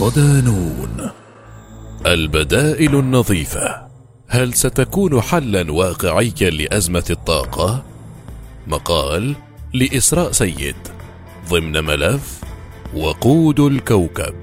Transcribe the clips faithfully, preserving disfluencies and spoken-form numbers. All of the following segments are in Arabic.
صدانون. البدائل النظيفة هل ستكون حلا واقعيا لأزمة الطاقة؟ مقال لإسراء سيد ضمن ملف وقود الكوكب.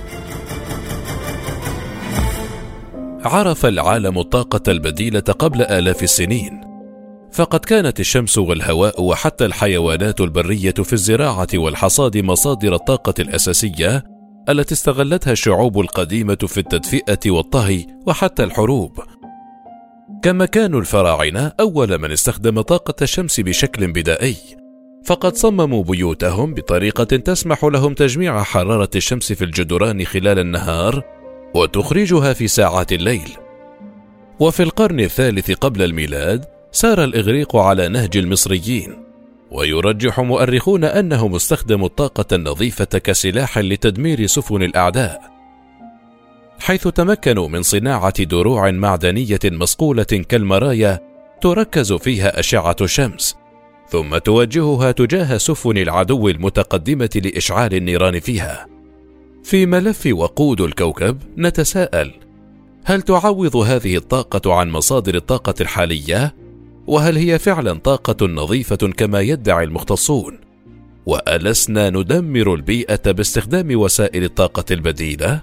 عرف العالم الطاقة البديلة قبل آلاف السنين، فقد كانت الشمس والهواء وحتى الحيوانات البرية في الزراعة والحصاد مصادر الطاقة الأساسية التي استغلتها الشعوب القديمة في التدفئة والطهي وحتى الحروب. كما كانوا الفراعنة أول من استخدم طاقة الشمس بشكل بدائي، فقد صمموا بيوتهم بطريقة تسمح لهم تجميع حرارة الشمس في الجدران خلال النهار وتخرجها في ساعات الليل. وفي القرن الثالث قبل الميلاد سار الإغريق على نهج المصريين، ويرجح مؤرخون أنهم استخدموا الطاقة النظيفة كسلاح لتدمير سفن الأعداء، حيث تمكنوا من صناعة دروع معدنية مصقولة كالمرايا تركز فيها أشعة الشمس، ثم توجهها تجاه سفن العدو المتقدمة لإشعال النيران فيها. في ملف وقود الكوكب نتساءل: هل تعوض هذه الطاقة عن مصادر الطاقة الحالية؟ وهل هي فعلا طاقة نظيفة كما يدعي المختصون؟ وألسنا ندمر البيئة باستخدام وسائل الطاقة البديلة؟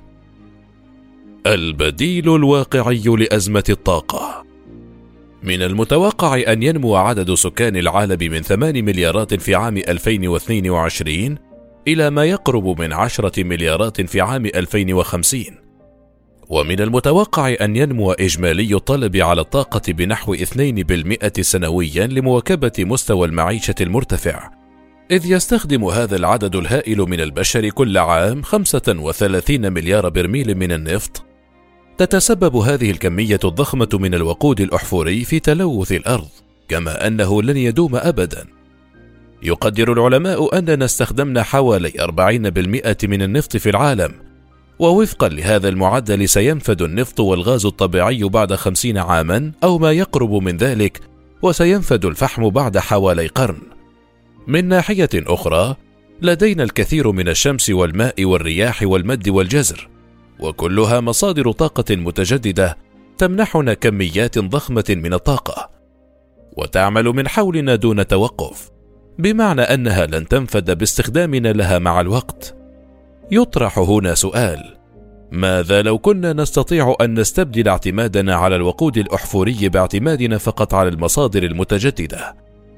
البديل الواقعي لأزمة الطاقة. من المتوقع أن ينمو عدد سكان العالم من ثمانية مليارات في عام ألفين واثنين وعشرين إلى ما يقرب من عشرة مليارات في عام ألفين وخمسين، ومن المتوقع أن ينمو إجمالي الطلب على الطاقة بنحو اثنين بالمئة سنويا لمواكبة مستوى المعيشة المرتفع، إذ يستخدم هذا العدد الهائل من البشر كل عام خمسة وثلاثين مليار برميل من النفط. تتسبب هذه الكمية الضخمة من الوقود الأحفوري في تلوث الأرض، كما أنه لن يدوم أبدا. يقدر العلماء أننا استخدمنا حوالي أربعين بالمئة من النفط في العالم، ووفقا لهذا المعدل سينفد النفط والغاز الطبيعي بعد خمسين عاما أو ما يقرب من ذلك، وسينفد الفحم بعد حوالي قرن. من ناحية أخرى لدينا الكثير من الشمس والماء والرياح والمد والجزر، وكلها مصادر طاقة متجددة تمنحنا كميات ضخمة من الطاقة، وتعمل من حولنا دون توقف، بمعنى أنها لن تنفد باستخدامنا لها مع الوقت. يطرح هنا سؤال: ماذا لو كنا نستطيع أن نستبدل اعتمادنا على الوقود الأحفوري باعتمادنا فقط على المصادر المتجددة؟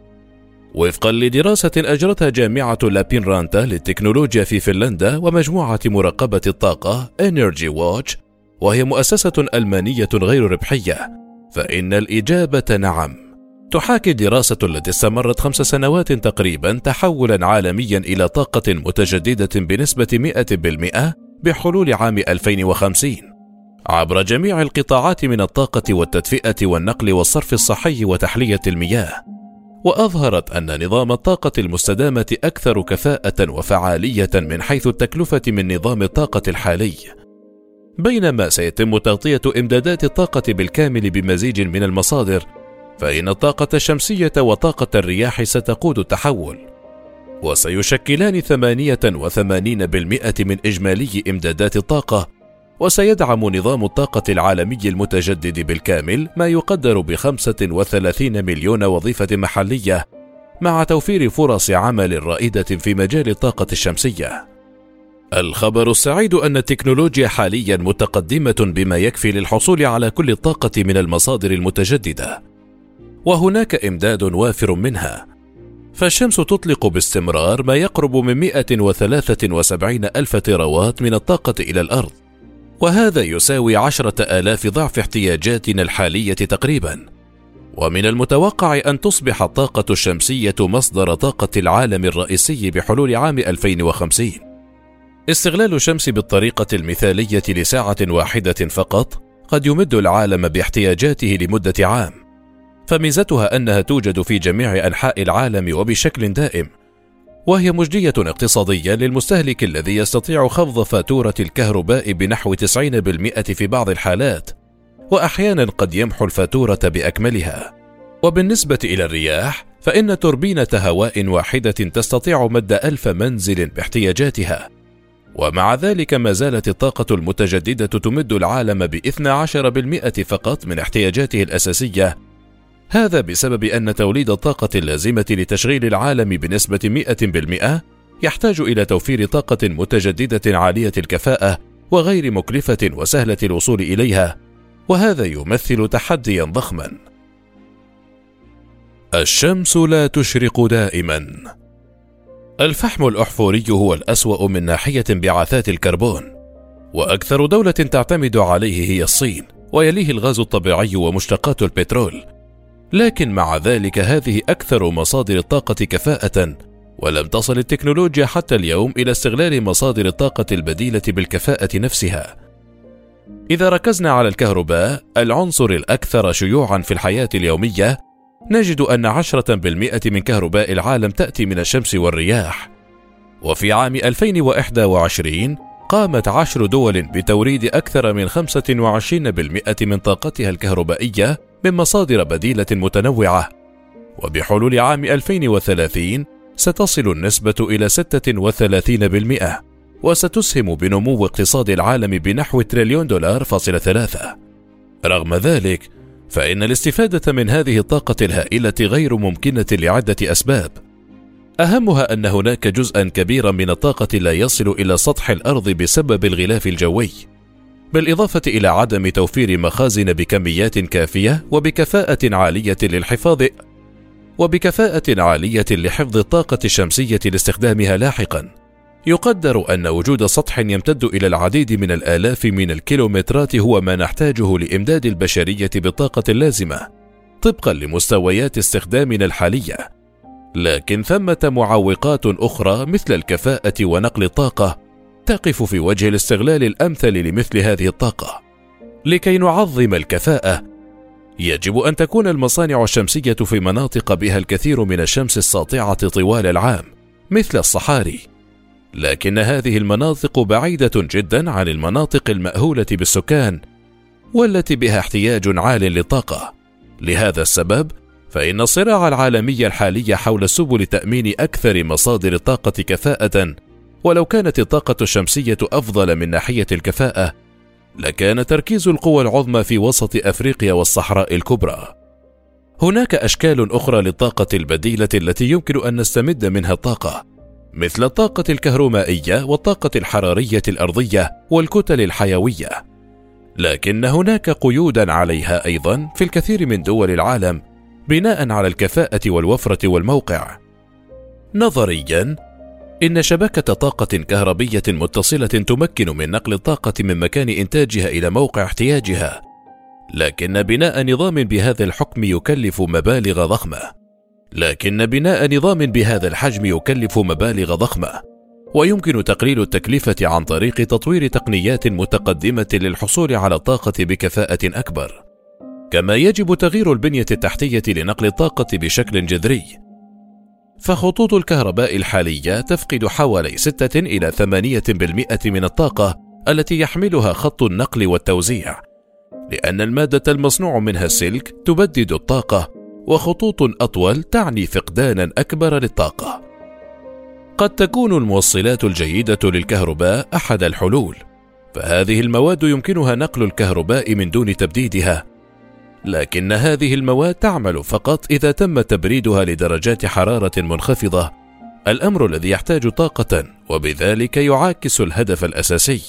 وفقا لدراسة أجرتها جامعة لابينرانتا للتكنولوجيا في فنلندا ومجموعة مراقبة الطاقة Energy Watch، وهي مؤسسة ألمانية غير ربحية، فإن الإجابة نعم. تحاكي الدراسة التي استمرت خمس سنوات تقريبا تحولا عالميا إلى طاقة متجددة بنسبة مئة بالمئة بحلول عام ألفين وخمسين عبر جميع القطاعات من الطاقة والتدفئة والنقل والصرف الصحي وتحلية المياه، وأظهرت أن نظام الطاقة المستدامة أكثر كفاءة وفعالية من حيث التكلفة من نظام الطاقة الحالي. بينما سيتم تغطية إمدادات الطاقة بالكامل بمزيج من المصادر، فإن الطاقة الشمسية وطاقة الرياح ستقود التحول، وسيشكلان ثمانية وثمانين بالمئة من إجمالي إمدادات الطاقة، وسيدعم نظام الطاقة العالمي المتجدد بالكامل ما يقدر بخمسة وثلاثين مليون وظيفة محلية، مع توفير فرص عمل رائدة في مجال الطاقة الشمسية. الخبر السعيد أن التكنولوجيا حاليا متقدمة بما يكفي للحصول على كل الطاقة من المصادر المتجددة، وهناك إمداد وافر منها، فالشمس تطلق باستمرار ما يقرب من مئة وثلاثة وسبعين ألف تيراوات من الطاقة إلى الأرض، وهذا يساوي عشرة آلاف ضعف احتياجاتنا الحالية تقريبا. ومن المتوقع أن تصبح الطاقة الشمسية مصدر طاقة العالم الرئيسي بحلول عام ألفين وخمسين. استغلال الشمس بالطريقة المثالية لساعة واحدة فقط قد يمد العالم باحتياجاته لمدة عام، فميزتها أنها توجد في جميع أنحاء العالم وبشكل دائم، وهي مجدية اقتصادية للمستهلك الذي يستطيع خفض فاتورة الكهرباء بنحو تسعين بالمئة في بعض الحالات، وأحيانا قد يمحو الفاتورة بأكملها. وبالنسبة إلى الرياح فإن توربينة هواء واحدة تستطيع مد ألف منزل باحتياجاتها، ومع ذلك ما زالت الطاقة المتجددة تمد العالم باثني عشر بالمئة فقط من احتياجاته الأساسية. هذا بسبب أن توليد الطاقة اللازمة لتشغيل العالم بنسبة مئة بالمئة يحتاج إلى توفير طاقة متجددة عالية الكفاءة وغير مكلفة وسهلة الوصول إليها، وهذا يمثل تحديا ضخما. الشمس لا تشرق دائما. الفحم الأحفوري هو الأسوأ من ناحية انبعاثات الكربون، وأكثر دولة تعتمد عليه هي الصين، ويليه الغاز الطبيعي ومشتقات البترول. لكن مع ذلك هذه أكثر مصادر الطاقة كفاءة، ولم تصل التكنولوجيا حتى اليوم إلى استغلال مصادر الطاقة البديلة بالكفاءة نفسها. إذا ركزنا على الكهرباء، العنصر الأكثر شيوعا في الحياة اليومية، نجد أن عشرة بالمئة من كهرباء العالم تأتي من الشمس والرياح. وفي عام ألفين وإحدى وعشرين قامت عشر دول بتوريد أكثر من خمسة وعشرين بالمئة من طاقتها الكهربائية من مصادر بديلة متنوعة، وبحلول عام ألفين وثلاثين ستصل النسبة إلى ستة وثلاثين بالمئة، وستسهم بنمو اقتصاد العالم بنحو تريليون دولار فاصلة ثلاثة. رغم ذلك فإن الاستفادة من هذه الطاقة الهائلة غير ممكنة لعدة أسباب، أهمها أن هناك جزءا كبيرا من الطاقة لا يصل إلى سطح الأرض بسبب الغلاف الجوي، بالإضافة إلى عدم توفير مخازن بكميات كافية وبكفاءة عالية للحفاظ وبكفاءة عالية لحفظ الطاقة الشمسية لاستخدامها لاحقا. يقدر أن وجود سطح يمتد إلى العديد من الآلاف من الكيلومترات هو ما نحتاجه لإمداد البشرية بالطاقة اللازمة طبقا لمستويات استخدامنا الحالية. لكن ثمة معوقات أخرى مثل الكفاءة ونقل الطاقة تقف في وجه الاستغلال الأمثل لمثل هذه الطاقة. لكي نعظم الكفاءة، يجب أن تكون المصانع الشمسية في مناطق بها الكثير من الشمس الساطعة طوال العام مثل الصحاري، لكن هذه المناطق بعيدة جدا عن المناطق المأهولة بالسكان والتي بها احتياج عال للطاقة. لهذا السبب فإن الصراع العالمي الحالي حول سبل تأمين أكثر مصادر الطاقة كفاءة، ولو كانت الطاقة الشمسية أفضل من ناحية الكفاءة لكان تركيز القوى العظمى في وسط أفريقيا والصحراء الكبرى. هناك أشكال أخرى للطاقة البديلة التي يمكن أن نستمد منها الطاقة، مثل الطاقة الكهرومائية والطاقة الحرارية الأرضية والكتل الحيوية، لكن هناك قيودا عليها أيضا في الكثير من دول العالم بناء على الكفاءة والوفرة والموقع. نظريا إن شبكة طاقة كهربية متصلة تمكن من نقل الطاقة من مكان إنتاجها إلى موقع احتياجها، لكن بناء نظام بهذا الحكم يكلف مبالغ ضخمة لكن بناء نظام بهذا الحجم يكلف مبالغ ضخمة ويمكن تقليل التكلفة عن طريق تطوير تقنيات متقدمة للحصول على الطاقة بكفاءة أكبر. كما يجب تغيير البنية التحتية لنقل الطاقة بشكل جذري، فخطوط الكهرباء الحالية تفقد حوالي ستة إلى ثمانية بالمئة من الطاقة التي يحملها خط النقل والتوزيع، لأن المادة المصنوع منها السلك تبدد الطاقة، وخطوط أطول تعني فقدانا أكبر للطاقة. قد تكون الموصلات الجيدة للكهرباء أحد الحلول، فهذه المواد يمكنها نقل الكهرباء من دون تبديدها، لكن هذه المواد تعمل فقط إذا تم تبريدها لدرجات حرارة منخفضة، الأمر الذي يحتاج طاقة وبذلك يعاكس الهدف الأساسي.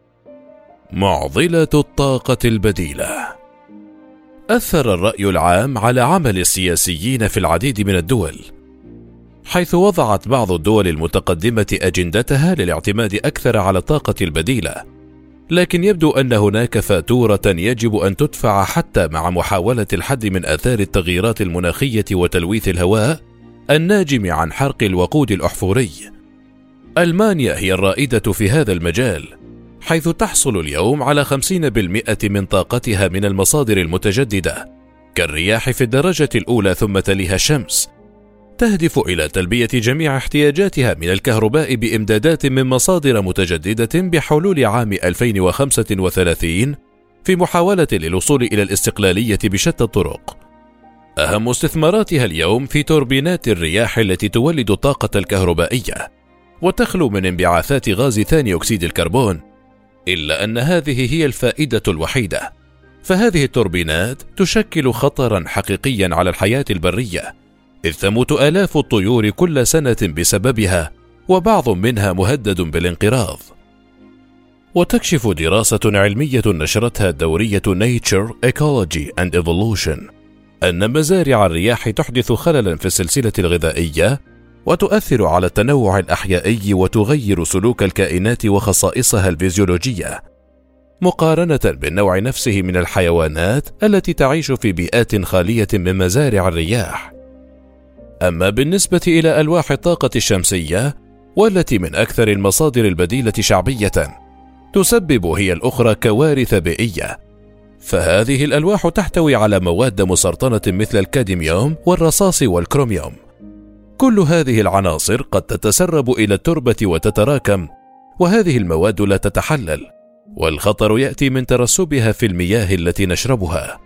معضلة الطاقة البديلة. أثر الرأي العام على عمل السياسيين في العديد من الدول، حيث وضعت بعض الدول المتقدمة أجندتها للاعتماد أكثر على الطاقة البديلة، لكن يبدو أن هناك فاتورة يجب أن تدفع حتى مع محاولة الحد من آثار التغييرات المناخية وتلويث الهواء الناجم عن حرق الوقود الأحفوري. ألمانيا هي الرائدة في هذا المجال، حيث تحصل اليوم على خمسين بالمئة من طاقتها من المصادر المتجددة كالرياح في الدرجة الأولى، ثم تليها الشمس. تهدف إلى تلبية جميع احتياجاتها من الكهرباء بإمدادات من مصادر متجددة بحلول عام ألفين وخمسة وثلاثين، في محاولة للوصول إلى الاستقلالية بشتى الطرق. أهم استثماراتها اليوم في توربينات الرياح التي تولد الطاقة الكهربائية، وتخلو من انبعاثات غاز ثاني أكسيد الكربون، إلا أن هذه هي الفائدة الوحيدة، فهذه التوربينات تشكل خطرا حقيقيا على الحياة البرية، إذ تموت آلاف الطيور كل سنة بسببها، وبعض منها مهدد بالانقراض. وتكشف دراسة علمية نشرتها دورية Nature Ecology and Evolution أن مزارع الرياح تحدث خللا في السلسلة الغذائية، وتؤثر على التنوع الأحيائي وتغير سلوك الكائنات وخصائصها الفيزيولوجية، مقارنة بالنوع نفسه من الحيوانات التي تعيش في بيئات خالية من مزارع الرياح. أما بالنسبة إلى ألواح الطاقة الشمسية، والتي من أكثر المصادر البديلة شعبية، تسبب هي الأخرى كوارث بيئية، فهذه الألواح تحتوي على مواد مسرطنة مثل الكادميوم والرصاص والكروميوم. كل هذه العناصر قد تتسرب إلى التربة وتتراكم، وهذه المواد لا تتحلل، والخطر يأتي من ترسبها في المياه التي نشربها.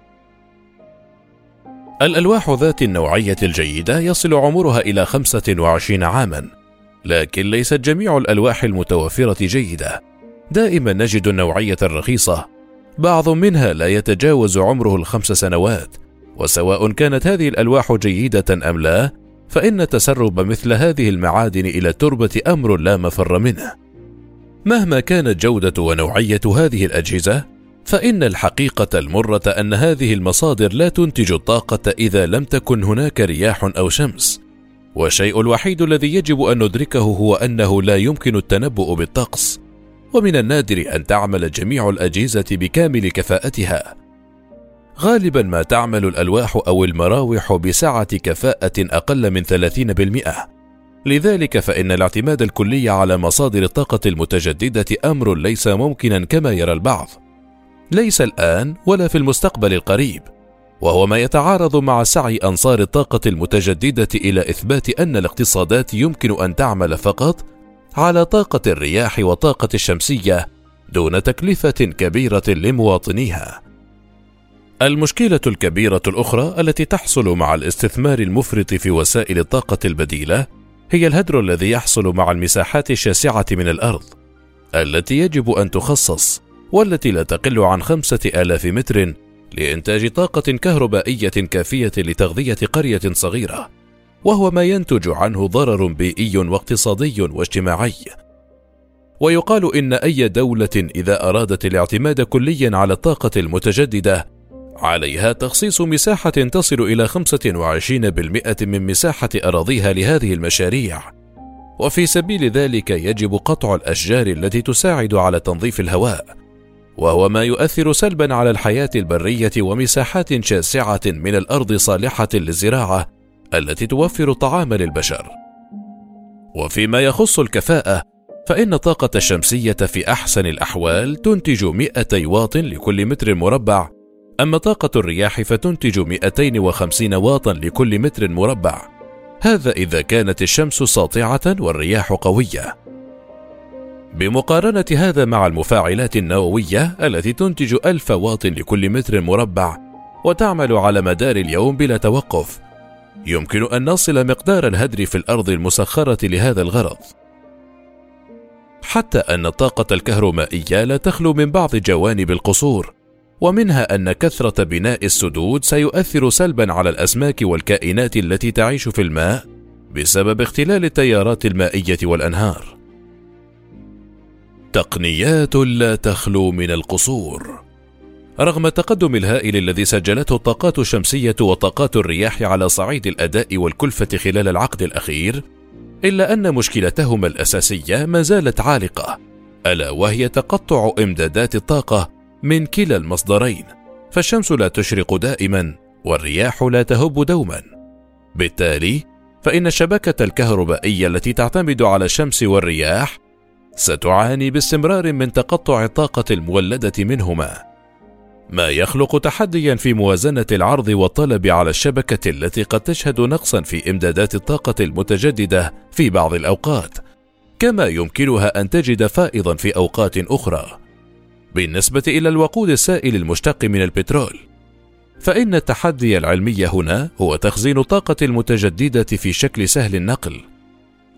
الألواح ذات النوعية الجيدة يصل عمرها إلى خمسة وعشرين عاما، لكن ليست جميع الألواح المتوفرة جيدة. دائما نجد النوعية الرخيصة، بعض منها لا يتجاوز عمره الخمس سنوات، وسواء كانت هذه الألواح جيدة أم لا، فإن تسرب مثل هذه المعادن إلى التربة أمر لا مفر منه. مهما كانت جودة ونوعية هذه الأجهزة، فإن الحقيقة المرة أن هذه المصادر لا تنتج الطاقة إذا لم تكن هناك رياح أو شمس، والشيء الوحيد الذي يجب أن ندركه هو أنه لا يمكن التنبؤ بالطقس، ومن النادر أن تعمل جميع الأجهزة بكامل كفاءتها. غالبا ما تعمل الألواح أو المراوح بسعة كفاءة أقل من ثلاثين بالمئة، لذلك فإن الاعتماد الكلي على مصادر الطاقة المتجددة أمر ليس ممكنا كما يرى البعض، ليس الآن ولا في المستقبل القريب، وهو ما يتعارض مع سعي أنصار الطاقة المتجددة إلى إثبات أن الاقتصادات يمكن أن تعمل فقط على طاقة الرياح والطاقة الشمسية دون تكلفة كبيرة لمواطنيها. المشكلة الكبيرة الأخرى التي تحصل مع الاستثمار المفرط في وسائل الطاقة البديلة هي الهدر الذي يحصل مع المساحات الشاسعة من الأرض التي يجب أن تخصص، والتي لا تقل عن خمسة آلاف متر، لإنتاج طاقة كهربائية كافية لتغذية قرية صغيرة، وهو ما ينتج عنه ضرر بيئي واقتصادي واجتماعي. ويقال إن أي دولة إذا أرادت الاعتماد كليا على الطاقة المتجددة عليها تخصيص مساحة تصل إلى خمسة وعشرين بالمئة من مساحة أراضيها لهذه المشاريع، وفي سبيل ذلك يجب قطع الأشجار التي تساعد على تنظيف الهواء، وهو ما يؤثر سلبا على الحياة البرية ومساحات شاسعة من الأرض صالحة للزراعة التي توفر طعام للبشر. وفيما يخص الكفاءة، فإن الطاقة الشمسية في أحسن الأحوال تنتج مئتي واط لكل متر مربع، أما طاقة الرياح فتنتج مئتين وخمسين واطا لكل متر مربع، هذا إذا كانت الشمس ساطعة والرياح قوية. بمقارنة هذا مع المفاعلات النووية التي تنتج ألف واط لكل متر مربع وتعمل على مدار اليوم بلا توقف، يمكن أن نصل مقدار الهدر في الأرض المسخرة لهذا الغرض. حتى أن الطاقة الكهرومائية لا تخلو من بعض جوانب القصور، ومنها أن كثرة بناء السدود سيؤثر سلبا على الأسماك والكائنات التي تعيش في الماء بسبب اختلال التيارات المائية والأنهار. تقنيات لا تخلو من القصور. رغم التقدم الهائل الذي سجلته الطاقات الشمسية وطاقات الرياح على صعيد الأداء والكلفة خلال العقد الأخير، إلا أن مشكلتهما الأساسية ما زالت عالقة، ألا وهي تقطع إمدادات الطاقة من كلا المصدرين، فالشمس لا تشرق دائما والرياح لا تهب دوما. بالتالي فإن الشبكة الكهربائية التي تعتمد على الشمس والرياح ستعاني باستمرار من تقطع الطاقة المولدة منهما، ما يخلق تحديا في موازنة العرض والطلب على الشبكة التي قد تشهد نقصا في إمدادات الطاقة المتجددة في بعض الأوقات، كما يمكنها أن تجد فائضا في أوقات أخرى. بالنسبة إلى الوقود السائل المشتق من البترول، فإن التحدي العلمي هنا هو تخزين الطاقة المتجددة في شكل سهل النقل،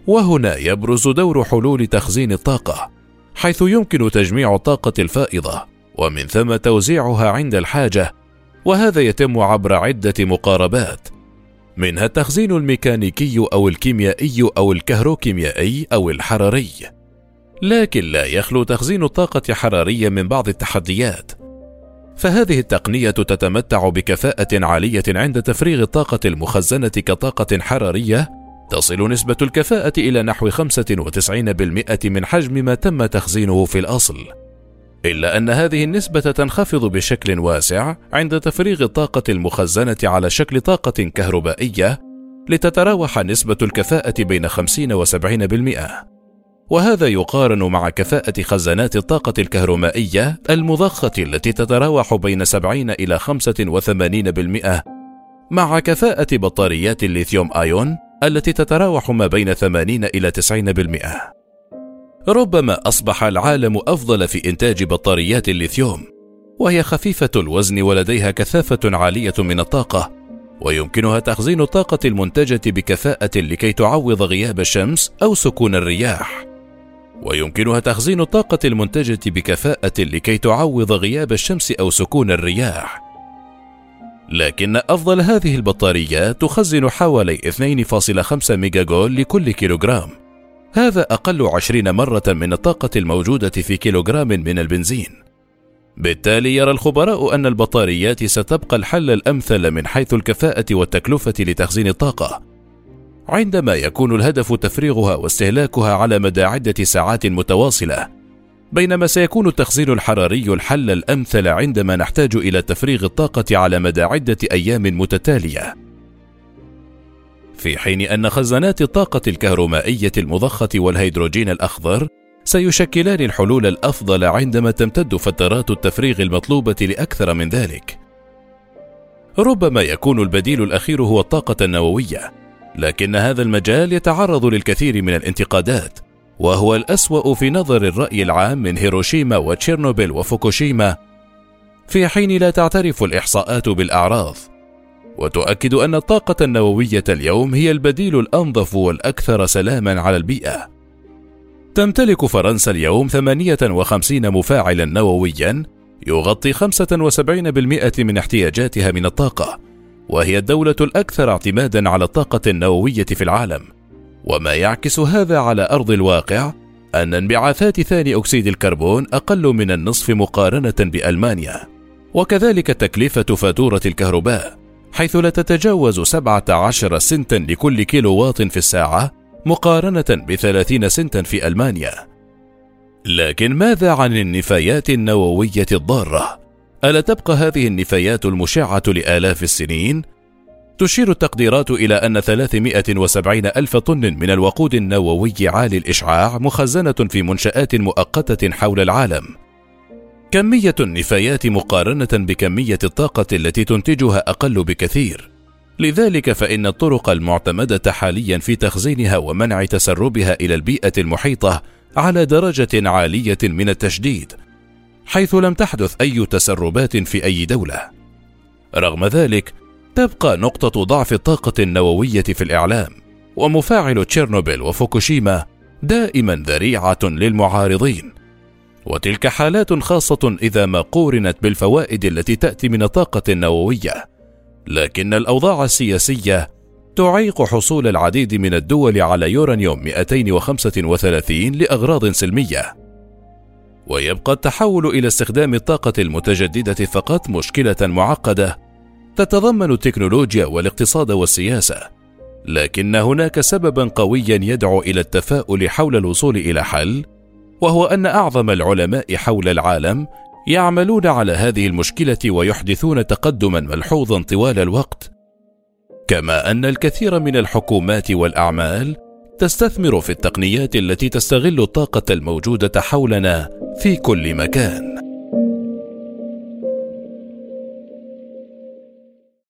وهنا يبرز دور حلول تخزين الطاقة، حيث يمكن تجميع الطاقة الفائضة ومن ثم توزيعها عند الحاجة، وهذا يتم عبر عدة مقاربات، منها التخزين الميكانيكي أو الكيميائي أو الكهروكيميائي أو الحراري. لكن لا يخلو تخزين الطاقة حراريا من بعض التحديات، فهذه التقنية تتمتع بكفاءة عالية عند تفريغ الطاقة المخزنة كطاقة حرارية، تصل نسبة الكفاءة إلى نحو خمسة وتسعين بالمئة من حجم ما تم تخزينه في الأصل، إلا أن هذه النسبة تنخفض بشكل واسع عند تفريغ الطاقة المخزنة على شكل طاقة كهربائية، لتتراوح نسبة الكفاءة بين خمسين وسبعين بالمئة، وهذا يقارن مع كفاءة خزانات الطاقة الكهرومائية المضخة التي تتراوح بين سبعين إلى خمسة وثمانين بالمئة، مع كفاءة بطاريات الليثيوم آيون التي تتراوح ما بين ثمانين إلى تسعين بالمئة. ربما أصبح العالم أفضل في إنتاج بطاريات الليثيوم، وهي خفيفة الوزن ولديها كثافة عالية من الطاقة، ويمكنها تخزين الطاقة المنتجة بكفاءة لكي تعوض غياب الشمس أو سكون الرياح، ويمكنها تخزين الطاقة المنتجة بكفاءة لكي تعوض غياب الشمس أو سكون الرياح. لكن أفضل هذه البطاريات تخزن حوالي اثنين فاصلة خمسة ميجا جول لكل كيلوغرام، هذا أقل عشرين مرة من الطاقة الموجودة في كيلوغرام من البنزين. بالتالي يرى الخبراء أن البطاريات ستبقى الحل الأمثل من حيث الكفاءة والتكلفة لتخزين الطاقة، عندما يكون الهدف تفريغها واستهلاكها على مدى عدة ساعات متواصلة، بينما سيكون التخزين الحراري الحل الأمثل عندما نحتاج إلى تفريغ الطاقة على مدى عدة أيام متتالية. في حين أن خزانات الطاقة الكهرومائية المضخة والهيدروجين الأخضر سيشكلان الحلول الأفضل عندما تمتد فترات التفريغ المطلوبة لأكثر من ذلك. ربما يكون البديل الأخير هو الطاقة النووية، لكن هذا المجال يتعرض للكثير من الانتقادات، وهو الأسوأ في نظر الرأي العام من هيروشيما وتشيرنوبيل وفوكوشيما، في حين لا تعترف الإحصاءات بالأعراض، وتؤكد أن الطاقة النووية اليوم هي البديل الأنظف والأكثر سلاما على البيئة. تمتلك فرنسا اليوم ثمانية وخمسين مفاعلا نوويا يغطي خمسة وسبعين بالمئة من احتياجاتها من الطاقة، وهي الدولة الأكثر اعتمادا على الطاقة النووية في العالم. وما يعكس هذا على أرض الواقع أن انبعاثات ثاني أكسيد الكربون أقل من النصف مقارنة بألمانيا، وكذلك تكلفة فاتورة الكهرباء، حيث لا تتجاوز سبعة عشر سنتا لكل كيلو واط في الساعة مقارنة بثلاثين سنتا في ألمانيا. لكن ماذا عن النفايات النووية الضارة؟ ألا تبقى هذه النفايات المشعة لآلاف السنين؟ تشير التقديرات إلى أن ثلاثمائة وسبعين ألف طن من الوقود النووي عالي الإشعاع مخزنة في منشآت مؤقتة حول العالم. كمية النفايات مقارنة بكمية الطاقة التي تنتجها أقل بكثير، لذلك فإن الطرق المعتمدة حاليا في تخزينها ومنع تسربها إلى البيئة المحيطة على درجة عالية من التشديد، حيث لم تحدث أي تسربات في أي دولة. رغم ذلك تبقى نقطة ضعف الطاقة النووية في الإعلام، ومفاعل تشيرنوبيل وفوكوشيما دائما ذريعة للمعارضين، وتلك حالات خاصة إذا ما قورنت بالفوائد التي تأتي من الطاقة النووية. لكن الأوضاع السياسية تعيق حصول العديد من الدول على يورانيوم مئتين وخمسة وثلاثين لأغراض سلمية، ويبقى التحول إلى استخدام الطاقة المتجددة فقط مشكلة معقدة تتضمن التكنولوجيا والاقتصاد والسياسة. لكن هناك سببا قويا يدعو إلى التفاؤل حول الوصول إلى حل، وهو أن أعظم العلماء حول العالم يعملون على هذه المشكلة ويحدثون تقدما ملحوظا طوال الوقت، كما أن الكثير من الحكومات والأعمال تستثمر في التقنيات التي تستغل الطاقة الموجودة حولنا في كل مكان.